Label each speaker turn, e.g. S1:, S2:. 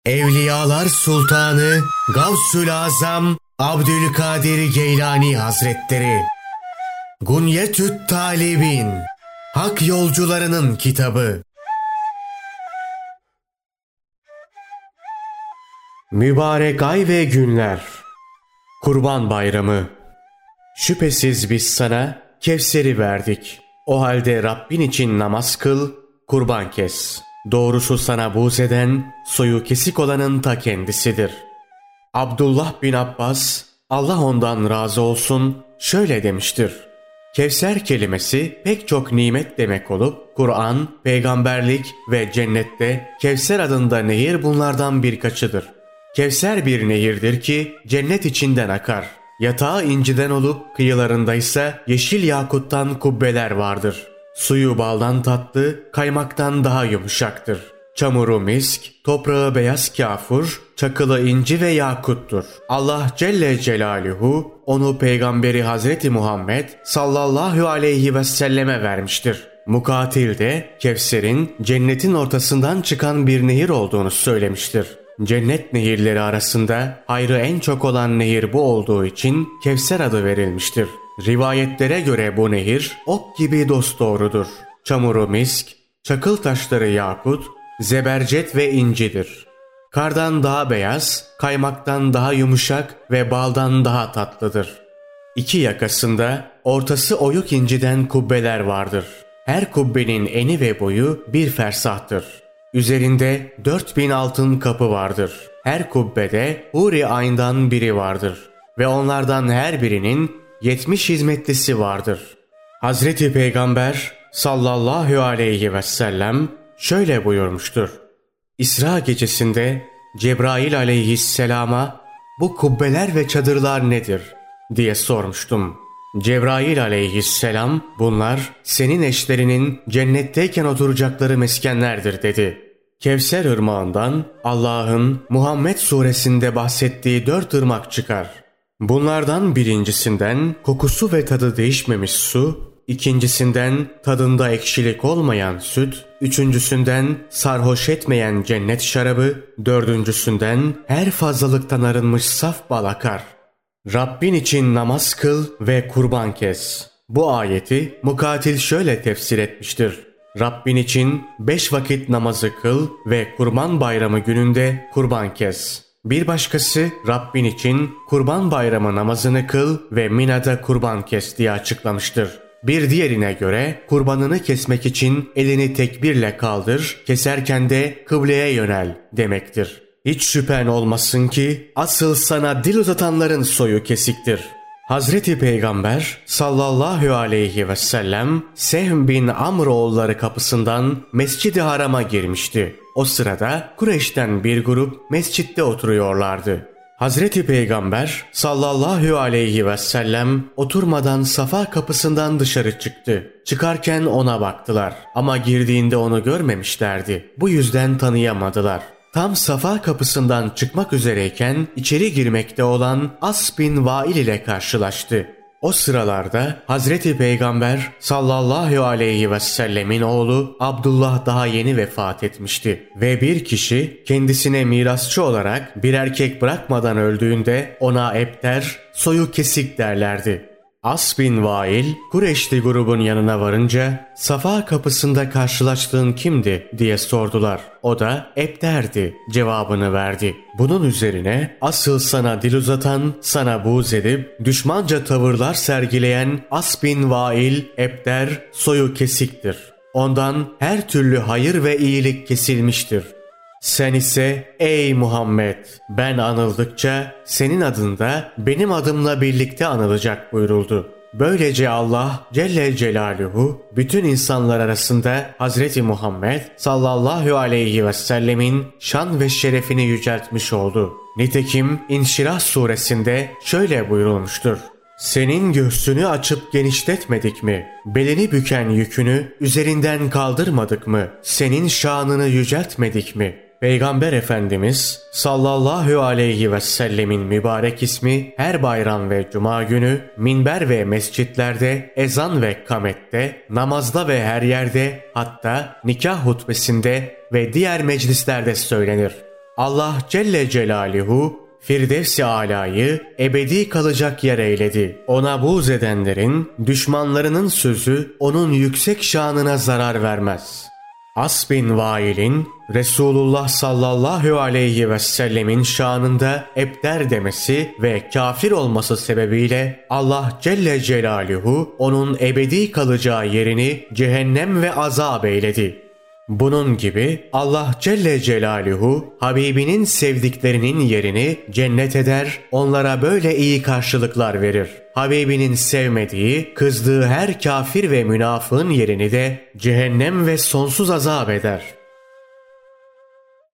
S1: Evliyalar Sultanı Gavsül Azam Abdülkadir Geylani Hazretleri. Gunyetü't Talibin, Hak Yolcularının Kitabı. Mübarek ay ve günler. Kurban Bayramı. Şüphesiz biz sana Kevser'i verdik. O halde Rabbin için namaz kıl, kurban kes. Doğrusu sana buğz eden, soyu kesik olanın ta kendisidir. Abdullah bin Abbas, Allah ondan razı olsun, şöyle demiştir. Kevser kelimesi pek çok nimet demek olup, Kur'an, peygamberlik ve cennette Kevser adında nehir bunlardan birkaçıdır. Kevser bir nehirdir ki cennet içinden akar. Yatağı inciden olup kıyılarında ise yeşil yakuttan kubbeler vardır. Suyu baldan tatlı, kaymaktan daha yumuşaktır. Çamuru misk, toprağı beyaz kafur, çakılı inci ve yakuttur. Allah Celle Celaluhu onu peygamberi Hazreti Muhammed sallallahu aleyhi ve selleme vermiştir. Mukatil de Kevser'in cennetin ortasından çıkan bir nehir olduğunu söylemiştir. Cennet nehirleri arasında hayrı en çok olan nehir bu olduğu için Kevser adı verilmiştir. Rivayetlere göre bu nehir ok gibi dosdoğrudur. Çamuru misk, çakıl taşları yakut, zebercet ve incidir. Kardan daha beyaz, kaymaktan daha yumuşak ve baldan daha tatlıdır. İki yakasında ortası oyuk inciden kubbeler vardır. Her kubbenin eni ve boyu bir fersahtır. Üzerinde 4000 altın kapı vardır. Her kubbede Huri Ayn'dan biri vardır. Ve onlardan her birinin 70 hizmetlisi vardır. Hazreti Peygamber sallallahu aleyhi ve sellem şöyle buyurmuştur. İsra gecesinde Cebrail aleyhisselama bu kubbeler ve çadırlar nedir diye sormuştum. Cebrail aleyhisselam bunlar senin eşlerinin cennetteyken oturacakları meskenlerdir dedi. Kevser ırmağından Allah'ın Muhammed suresinde bahsettiği 4 ırmak çıkar. Bunlardan birincisinden kokusu ve tadı değişmemiş su, ikincisinden tadında ekşilik olmayan süt, üçüncüsünden sarhoş etmeyen cennet şarabı, dördüncüsünden her fazlalıktan arınmış saf bal akar. Rabbin için namaz kıl ve kurban kes. Bu ayeti Mukatil şöyle tefsir etmiştir. Rabbin için 5 vakit namazı kıl ve kurban bayramı gününde kurban kes. Bir başkası Rabbin için kurban bayramı namazını kıl ve Mina'da kurban kes diye açıklamıştır. Bir diğerine göre kurbanını kesmek için elini tekbirle kaldır, keserken de kıbleye yönel demektir. Hiç şüphen olmasın ki asıl sana dil uzatanların soyu kesiktir. Hazreti Peygamber sallallahu aleyhi ve sellem Sehm bin Amr oğulları kapısından Mescid-i Haram'a girmişti. O sırada Kureyş'ten bir grup mescitte oturuyorlardı. Hazreti Peygamber sallallahu aleyhi ve sellem oturmadan Safa kapısından dışarı çıktı. Çıkarken ona baktılar ama girdiğinde onu görmemişlerdi. Bu yüzden tanıyamadılar. Tam Safa kapısından çıkmak üzereyken içeri girmekte olan As bin Vail ile karşılaştı. O sıralarda Hazreti Peygamber sallallahu aleyhi ve sellemin oğlu Abdullah daha yeni vefat etmişti. Ve bir kişi kendisine mirasçı olarak bir erkek bırakmadan öldüğünde ona ebter, soyu kesik derlerdi. As bin Vail, Kureyşli grubun yanına varınca Safa kapısında karşılaştığın kimdi diye sordular. O da ebterdi cevabını verdi. Bunun üzerine asıl sana dil uzatan, sana buğz edip düşmanca tavırlar sergileyen As bin Vail, ebter, soyu kesiktir. Ondan her türlü hayır ve iyilik kesilmiştir. Sen ise ey Muhammed ben anıldıkça senin adında benim adımla birlikte anılacak buyuruldu. Böylece Allah Celle Celaluhu bütün insanlar arasında Hazreti Muhammed sallallahu aleyhi ve sellemin şan ve şerefini yüceltmiş oldu. Nitekim İnşirah suresinde şöyle buyurulmuştur. Senin göğsünü açıp genişletmedik mi? Belini büken yükünü üzerinden kaldırmadık mı? Senin şanını yüceltmedik mi? Peygamber Efendimiz sallallahu aleyhi ve sellemin mübarek ismi her bayram ve cuma günü minber ve mescitlerde, ezan ve kamette, namazda ve her yerde, hatta nikah hutbesinde ve diğer meclislerde söylenir. Allah Celle Celaluhu Firdevs-i Alâ'yı ebedi kalacak yer eyledi. Ona buğz edenlerin, düşmanlarının sözü onun yüksek şanına zarar vermez. As bin Vail'in Resulullah sallallahu aleyhi ve sellemin şanında ebter demesi ve kafir olması sebebiyle Allah Celle Celaluhu onun ebedi kalacağı yerini cehennem ve azap eyledi. Bunun gibi Allah Celle Celaluhu Habibinin sevdiklerinin yerini cennet eder, onlara böyle iyi karşılıklar verir. Habibinin sevmediği, kızdığı her kafir ve münafığın yerini de cehennem ve sonsuz azap eder.